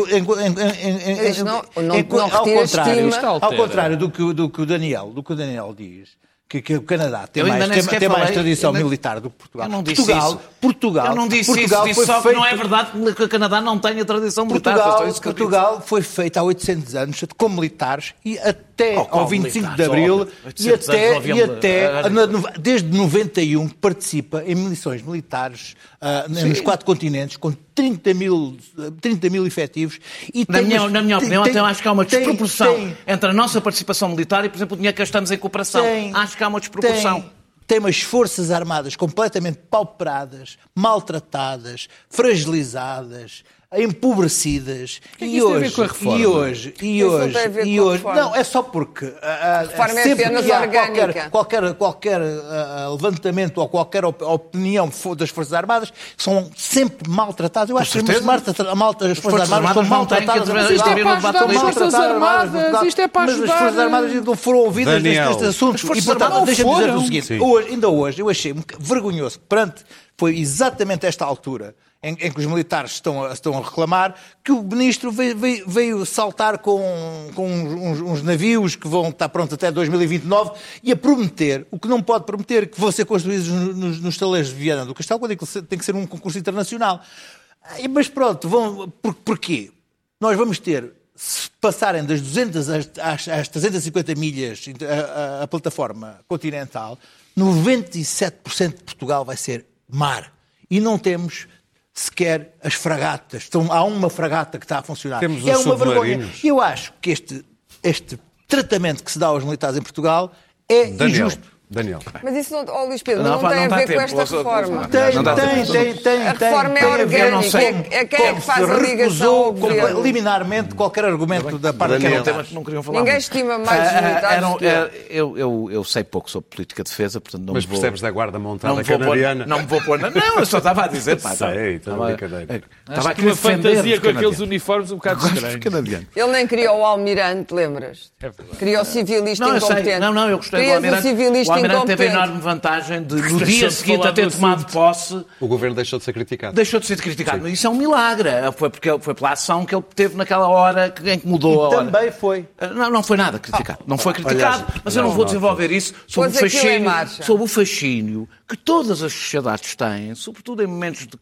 contrário do que o Daniel diz, que o Canadá tem mais tradição militar do que Portugal. Eu não disse isso. Portugal, eu não disse Portugal isso, disse só que não é verdade que o Canadá não tenha tradição militar. Portugal foi feito há 800 anos com militares e até ao 25 de Abril desde 91 participa em missões militares nos 4 continentes com 30 mil efetivos. E na minha opinião, até acho que há uma desproporção entre a nossa participação militar e, por exemplo, o dinheiro que gastamos em cooperação. Acho que há uma desproporção. Tem umas Forças Armadas completamente pauperadas, maltratadas, fragilizadas, empobrecidas. E hoje, não, é só porque a reforma é apenas orgânica. Qualquer levantamento ou qualquer opinião das Forças Armadas são sempre maltratadas. Eu acho que as Forças Armadas são maltratadas. Isto é para ajudar as Forças Armadas. Isto é para ajudar. Mas as Forças Armadas não foram ouvidas nestes assuntos. E, portanto, deixa-me dizer o seguinte. Ainda hoje, eu achei vergonhoso que foi exatamente esta altura em que os militares estão a reclamar, que o ministro veio saltar com uns navios que vão estar prontos até 2029 e a prometer, o que não pode prometer, que vão ser construídos nos estaleiros de Viana do Castelo, quando é que tem que ser um concurso internacional. Mas pronto, porquê? Nós vamos ter, se passarem das 200 às 350 milhas a plataforma continental, 97% de Portugal vai ser mar. E não temos sequer as fragatas. Há uma fragata que está a funcionar. Temos é os uma vergonha. submarinos. Eu acho que este tratamento que se dá aos militares em Portugal é injusto. Daniel. Mas isso não, Luís Pedro, não tem a ver com esta reforma. Tem. A reforma é orgânica. É quem é que faz a ligação ao governo? Liminarmente qualquer argumento da parte daquele tema que não queriam falar. Ninguém estima mais os militares. Eu sei pouco sobre política de defesa, portanto não Mas me vou... percebes da guarda montada canadiana? Não me vou pôr... Não, eu só estava a dizer... Sei, estou brincadeira. Estava aqui uma fantasia com aqueles uniformes um bocado estranhos. Ele nem criou o almirante, lembras? Criou o civilista incompetente. Não, eu gostei do almirante. O Almirante teve a enorme vantagem de, no dia seguinte a ter tomado posse... O governo deixou de ser criticado. Deixou de ser criticado. Mas isso é um milagre. Foi pela ação que ele teve naquela hora em que mudou a hora. Também foi. Não foi nada criticado. Não foi criticado. Mas eu não vou desenvolver isso sobre o fascínio que todas as sociedades têm, sobretudo em momentos de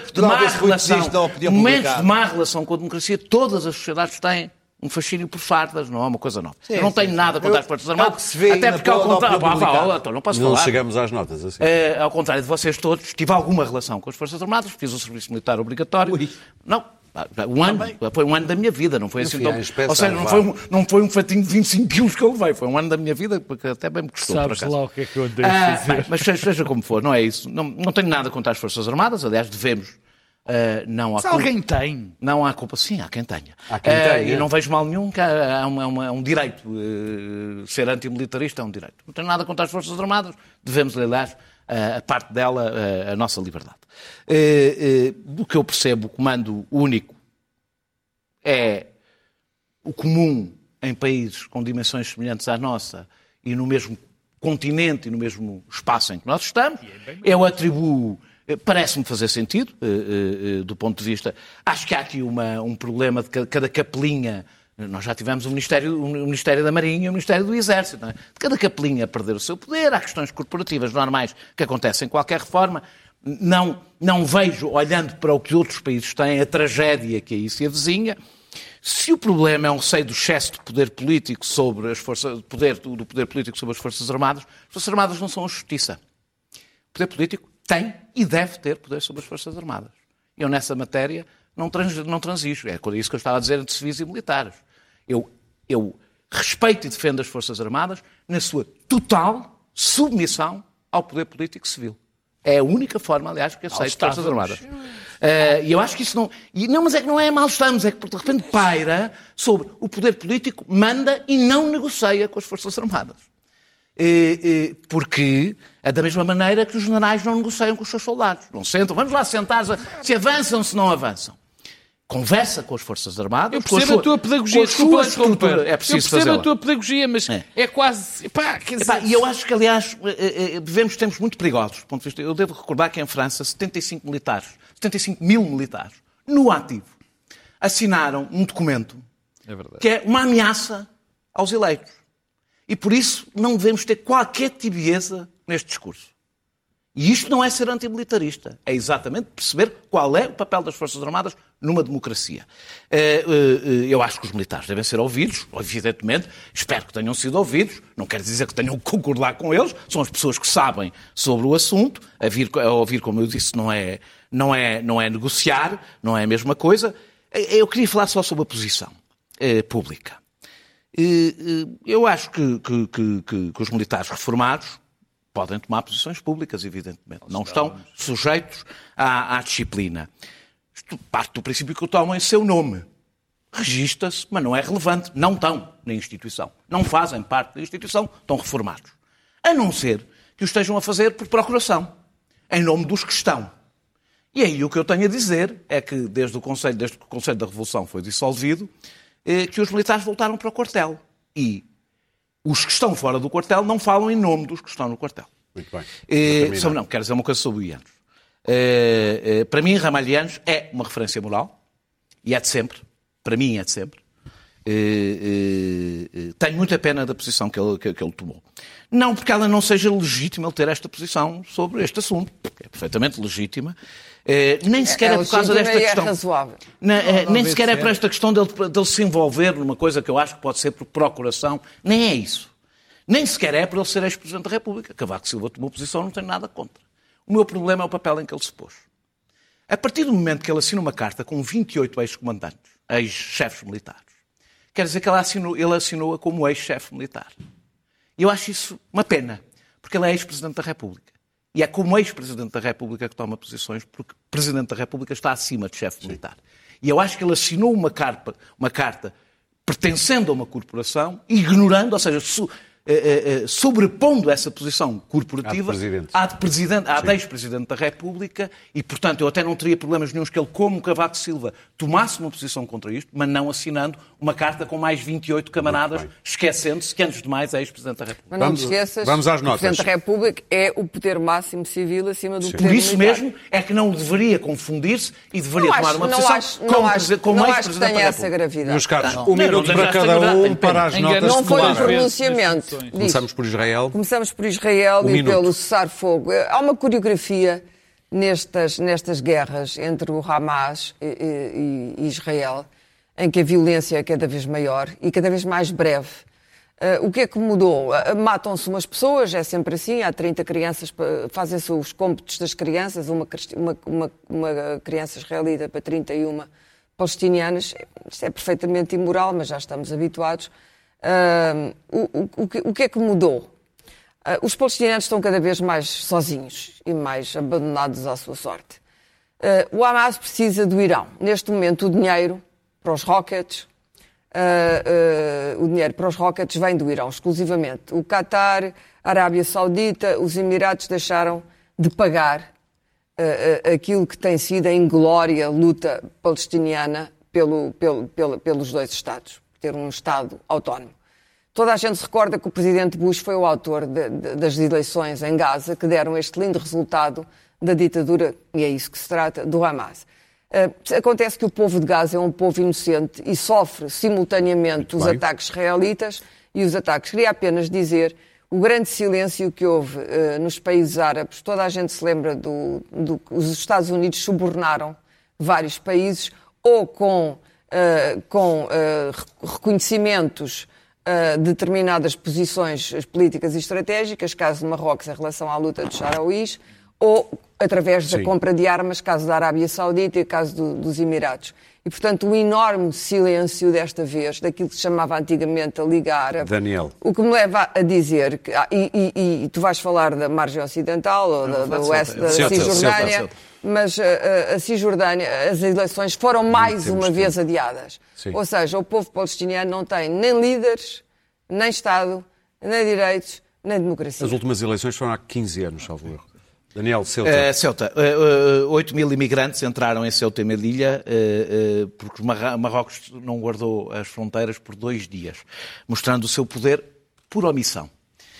má relação com a democracia, todas as sociedades têm um fascínio por fardas, não é uma coisa nova. Eu não tenho nada contra as Forças Armadas, até porque ao contrário... não posso falar. Não chegamos às notas assim. Ao contrário de vocês todos, tive alguma relação com as Forças Armadas, fiz o serviço militar obrigatório. Não, foi um ano da minha vida, não foi assim tão... Ou seja, não foi um fatinho de 25 quilos que eu levei, foi um ano da minha vida, porque até bem me custou, por acaso. Sabes lá o que é que eu andei a dizer. Mas seja como for, não é isso. Não tenho nada contra as Forças Armadas, aliás, devemos... Se alguém tem. Não há culpa. Sim, há quem tenha. E não vejo mal nenhum, que é um direito. Ser antimilitarista é um direito. Não tenho nada contra as Forças Armadas. Devemos, aliás, a parte dela, a nossa liberdade. Do que eu percebo, o comando único é o comum em países com dimensões semelhantes à nossa e no mesmo continente e no mesmo espaço em que nós estamos. Eu atribuo... Parece-me fazer sentido, do ponto de vista... Acho que há aqui um problema de cada capelinha... Nós já tivemos o Ministério da Marinha e o Ministério do Exército. Não é? De cada capelinha perder o seu poder, há questões corporativas normais que acontecem em qualquer reforma. Não vejo, olhando para o que outros países têm, a tragédia que aí se avizinha. Se o problema é um receio do excesso de poder político sobre as forças... do poder político sobre as Forças Armadas, as Forças Armadas não são a justiça. O poder político tem e deve ter poder sobre as Forças Armadas. Eu, nessa matéria, não transijo. É isso que eu estava a dizer entre civis e militares. Eu respeito e defendo as Forças Armadas na sua total submissão ao poder político civil. É a única forma, aliás, que aceito as Forças Armadas. E eu acho que isso não... Mas é que não é mal estamos, é que de repente paira sobre o poder político manda e não negocia com as Forças Armadas. Porque é da mesma maneira que os generais não negociam com os seus soldados. Não sentam, vamos lá sentar, se avançam, se não avançam. Conversa com as Forças Armadas. Eu percebo a tua pedagogia, desculpa interromper. É preciso eu percebo a tua pedagogia, mas é quase... E eu acho que, aliás, vivemos tempos muito perigosos. Do ponto de vista, eu devo recordar que em França 75 mil militares, no ativo, assinaram um documento que é uma ameaça aos eleitos. E por isso não devemos ter qualquer tibieza neste discurso. E isto não é ser antimilitarista. É exatamente perceber qual é o papel das Forças Armadas numa democracia. Eu acho que os militares devem ser ouvidos, evidentemente. Espero que tenham sido ouvidos. Não quer dizer que tenham que concordar com eles. São as pessoas que sabem sobre o assunto. A ouvir, como eu disse, não é negociar, não é a mesma coisa. Eu queria falar só sobre a posição pública. Eu acho que os militares reformados podem tomar posições públicas, evidentemente. Não estão sujeitos à disciplina. Isto parte do princípio que o tomam em seu nome. Regista-se, mas não é relevante. Não estão na instituição. Não fazem parte da instituição. Estão reformados. A não ser que o estejam a fazer por procuração. Em nome dos que estão. E aí o que eu tenho a dizer é que desde que o Conselho da Revolução foi dissolvido, que os militares voltaram para o quartel. E os que estão fora do quartel não falam em nome dos que estão no quartel. Muito bem. Não, quero dizer uma coisa sobre o Ianos. Para mim, Ramalhianos é uma referência moral. E é de sempre. Para mim é de sempre. Tenho muita pena da posição que ele tomou. Não porque ela não seja legítima ele ter esta posição sobre este assunto. É perfeitamente legítima. Nem sequer é por causa desta questão. É razoável. Nem sequer é por esta questão dele se envolver numa coisa que eu acho que pode ser por procuração. Nem é isso. Nem sequer é por ele ser ex-presidente da República. Cavaco Silva tomou posição, não tenho nada contra. O meu problema é o papel em que ele se pôs. A partir do momento que ele assina uma carta com 28 ex-comandantes, ex-chefes militares, quer dizer que ele assinou-a como ex-chefe militar. E eu acho isso uma pena, porque ele é ex-presidente da República. E é como ex-presidente da República que toma posições, porque o presidente da República está acima de chefe militar. E eu acho que ele assinou uma carta pertencendo a uma corporação, ignorando, ou seja, sobrepondo essa posição corporativa à de ex-presidente da República, e, portanto, eu até não teria problemas nenhuns que ele, como Cavaco Silva, tomasse uma posição contra isto, mas não assinando uma carta com mais 28 camaradas, esquecendo-se que, antes de mais, é ex-presidente da República. Mas não te esqueças, vamos às notas. O Presidente da República é o poder máximo civil acima do poder Por isso militar. mesmo é que não deveria confundir-se e deveria tomar uma posição como ex-presidente da República. essa gravidade. Meus caros, um minuto para cada um para as notas Não foi um claras. pronunciamento. Começamos por Israel. Começamos por Israel e pelo cessar-fogo. Há uma coreografia nestas guerras entre o Hamas e Israel, em que a violência é cada vez maior e cada vez mais breve. O que é que mudou? Matam-se umas pessoas, é sempre assim, há 30 crianças, fazem-se os cômputos das crianças, uma criança israelita para 31 palestinianas. Isto é perfeitamente imoral, mas já estamos habituados. O que é que mudou? Os palestinianos estão cada vez mais sozinhos e mais abandonados à sua sorte. O Hamas precisa do Irão. Neste momento, o dinheiro para os rockets, vem do Irão exclusivamente. O Qatar, a Arábia Saudita, os Emirados deixaram de pagar aquilo que tem sido a inglória luta palestiniana pelos dois Estados, ter um Estado autónomo. Toda a gente se recorda que o presidente Bush foi o autor das eleições em Gaza, que deram este lindo resultado da ditadura, e é isso que se trata, do Hamas. Acontece que o povo de Gaza é um povo inocente e sofre simultaneamente os ataques israelitas e os ataques. Queria apenas dizer o grande silêncio que houve nos países árabes. Toda a gente se lembra os Estados Unidos subornaram vários países ou com reconhecimentos de determinadas posições políticas e estratégicas, caso de Marrocos em relação à luta dos Saharaois, ou através da compra de armas, caso da Arábia Saudita e caso dos Emirados. E, portanto, o enorme silêncio desta vez, daquilo que se chamava antigamente a Liga Árabe. Daniel. O que me leva a dizer, que, e tu vais falar da margem ocidental, ou da oeste, da Cisjordânia, mas a Cisjordânia, as eleições foram mais uma vez adiadas. Sim. Ou seja, o povo palestiniano não tem nem líderes, nem Estado, nem direitos, nem democracia. As últimas eleições foram há 15 anos, salvo erro. Daniel, Ceuta. Ceuta. 8 mil imigrantes entraram em Ceuta e Melilla porque Marrocos não guardou as fronteiras por 2 dias, mostrando o seu poder por omissão.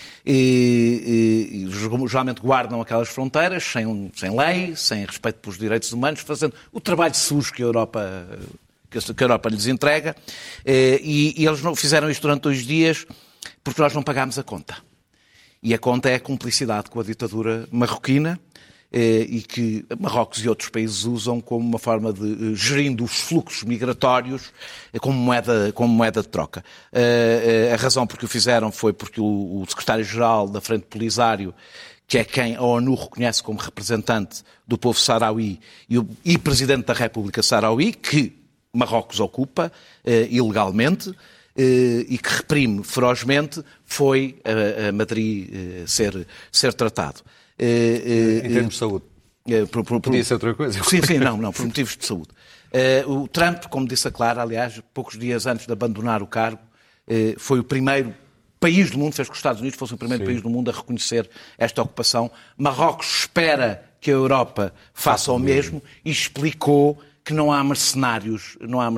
E geralmente guardam aquelas fronteiras sem lei, sem respeito pelos direitos humanos, fazendo o trabalho sujo que a Europa lhes entrega. E eles não fizeram isto durante 2 dias porque nós não pagámos a conta. E a conta é a cumplicidade com a ditadura marroquina e que Marrocos e outros países usam como uma forma de gerindo os fluxos migratórios como moeda de troca. A razão por que o fizeram foi porque o secretário-geral da Frente Polisário, que é quem a ONU reconhece como representante do povo saharaui e presidente da República Saharaui, que Marrocos ocupa ilegalmente, e que reprime ferozmente, foi a Madrid ser tratado. Em termos de saúde. Podia ser outra coisa. Sim, não, por motivos de saúde. O Trump, como disse a Clara, aliás, poucos dias antes de abandonar o cargo, foi o primeiro país do mundo, fez que os Estados Unidos fossem o primeiro país do mundo a reconhecer esta ocupação. Marrocos espera que a Europa faça o mesmo e explicou que não há mercenários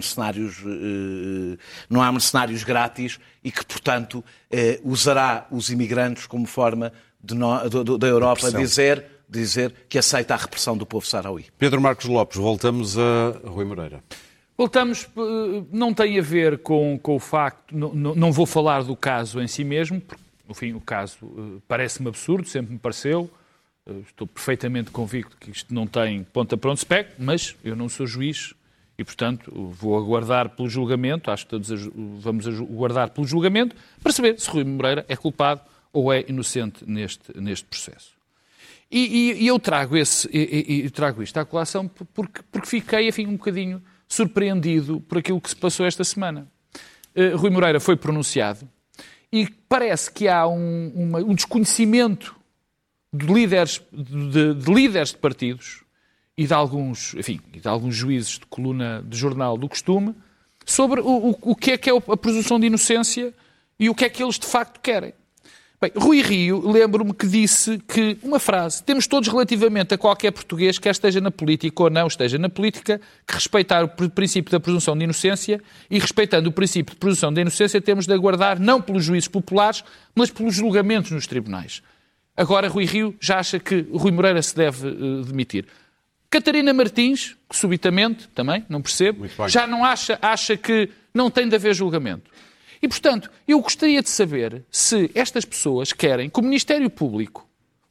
grátis e que, portanto, usará os imigrantes como forma da Europa dizer que aceita a repressão do povo saharaui. Pedro Marcos Lopes, voltamos a Rui Moreira. Voltamos, não tem a ver com o facto, não vou falar do caso em si mesmo, porque, no fim, o caso parece-me absurdo, sempre me pareceu. Estou perfeitamente convicto que isto não tem ponta para onde se pega, mas eu não sou juiz e, portanto, vou aguardar pelo julgamento, acho que todos vamos aguardar pelo julgamento, para saber se Rui Moreira é culpado ou é inocente neste processo. E eu trago isto à colação porque fiquei, enfim, um bocadinho surpreendido por aquilo que se passou esta semana. Rui Moreira foi pronunciado e parece que há um desconhecimento de líderes de partidos e de alguns juízes de coluna de jornal do costume sobre o que é a presunção de inocência e o que é que eles de facto querem. Bem, Rui Rio, lembro-me que disse que, uma frase, temos todos relativamente a qualquer português, quer esteja na política ou não esteja na política, que respeitar o princípio da presunção de inocência e, respeitando o princípio de presunção de inocência, temos de aguardar não pelos juízes populares, mas pelos julgamentos nos tribunais. Agora, Rui Rio já acha que Rui Moreira se deve demitir. Catarina Martins, que subitamente, também, não percebo, já não acha que não tem de haver julgamento. E, portanto, eu gostaria de saber se estas pessoas querem que o Ministério Público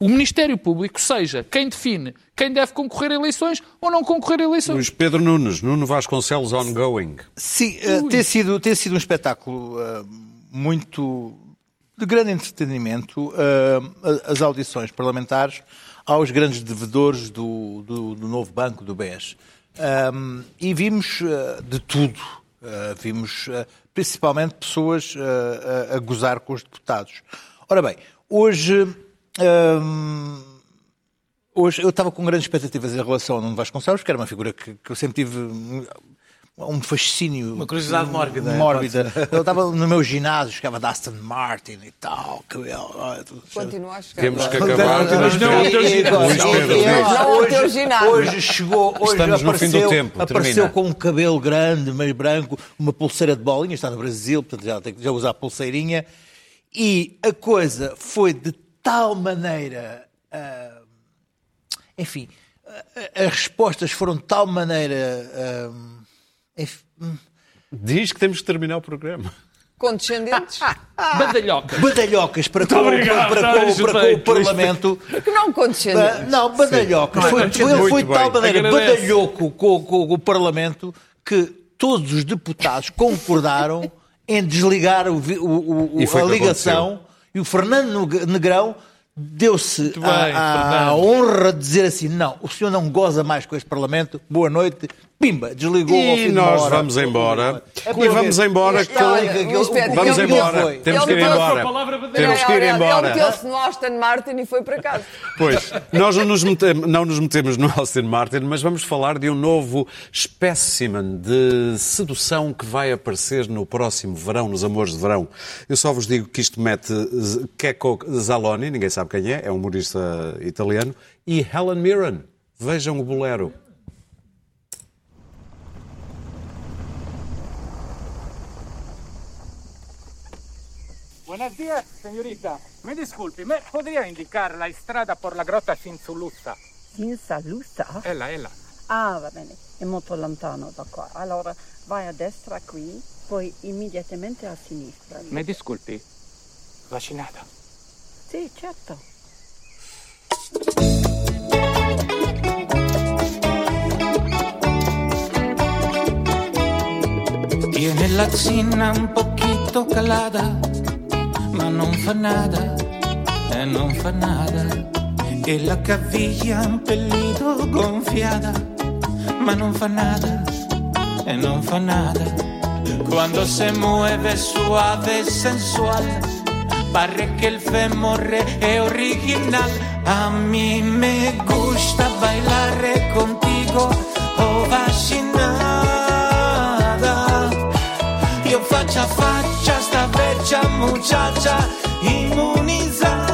seja quem define quem deve concorrer a eleições ou não concorrer a eleições. Luís Pedro Nuno Vasconcelos ongoing. Sim, tem sido um espetáculo muito de grande entretenimento, as audições parlamentares aos grandes devedores do novo banco, do BES. E vimos de tudo. Vimos principalmente pessoas a gozar com os deputados. Ora bem, hoje eu estava com grandes expectativas em relação ao Nuno Vasconcelos, que era uma figura que eu sempre tive um fascínio. Uma curiosidade mórbida. Ele estava no meu ginásio, chegava de Aston Martin e tal. Continua a chegar. Temos que acabar. Hoje chegou. Estamos no fim do tempo. Apareceu com um cabelo grande, meio branco, uma pulseira de bolinha. Está no Brasil, portanto já tem que usar pulseirinha. E a coisa foi de tal maneira. Enfim, as respostas foram de tal maneira. Diz que temos que terminar o programa. Condescendentes? Badalhocas para com o Parlamento. Que não condescendentes. Não, badalhocas. Foi de tal maneira badalhoco com o Parlamento que todos os deputados concordaram em desligar a ligação e o Fernando Negrão deu-se a honra de dizer assim, não, o senhor não goza mais com este Parlamento, boa noite, Pimba, desligou ao fim E de uma nós hora. vamos embora. É E vamos embora Este- olha, com... mas espera, Vamos ele embora. foi. Temos que ir Ele foi. embora. Temos que ir Ele embora. meteu-se no Aston Martin e foi para casa. Pois, nós não nos metemos no Aston Martin, mas vamos falar de um novo espécimen de sedução que vai aparecer no próximo verão, nos Amores de Verão. Eu só vos digo que isto mete Checco Zaloni, ninguém sabe quem é um humorista italiano, e Helen Mirren. Vejam o bolero. Buenos días, señorita. Me disculpi, ¿me podría indicar la strada por la grotta Sinzulussa? Sinzulussa? Ella. Ah, va bene, è molto lontano da qua. Allora vai a destra qui, poi immediatamente a sinistra. Me disculpi, vaccinata. Sì, certo. Tiene la zinna un poquito calada, ma non fa nada, non fa nada. E la caviglia un pelito gonfiada, ma non fa nada, non fa nada. Cuando se mueve suave, sensual, pare que el fémur es original. A mí me gusta bailar contigo, oh vaccinada. Io faccia a faccia sta vecchia muchacha immunizada.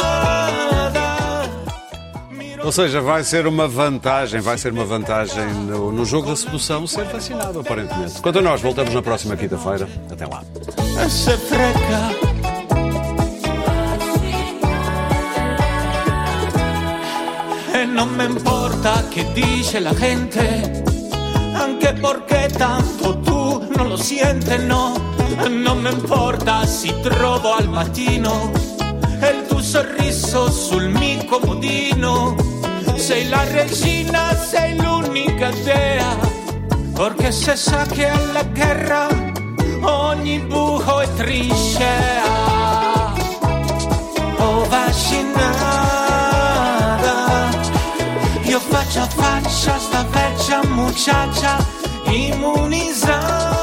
Ou seja, vai ser uma vantagem no jogo da sedução ser vacinado, aparentemente. Quanto a nós, voltamos na próxima quinta-feira. Até lá. Se freca. E non me importa che dice la gente, anche perché tanto tu non lo sientes, no. Non me importa si trovo al mattino il tuo sorriso sul mio comodino. Sei la regina, sei l'unica dea, perché se sa che alla guerra ogni buco è trincea. Oh vaccinata, io faccia a faccia sta vecchia muchacha immunizzata.